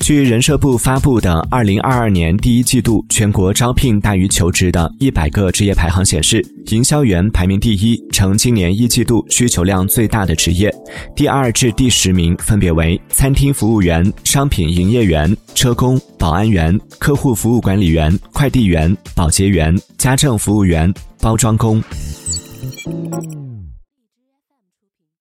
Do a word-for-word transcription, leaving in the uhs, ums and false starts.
据人社部发布的二零二二年第一季度全国招聘大于求职的一百个职业排行显示，营销员排名第一，成今年一季度需求量最大的职业。第二至第十名分别为餐厅服务员、商品营业员、车工、保安员、客户服务管理员、快递员、保洁员、家政服务员、包装工。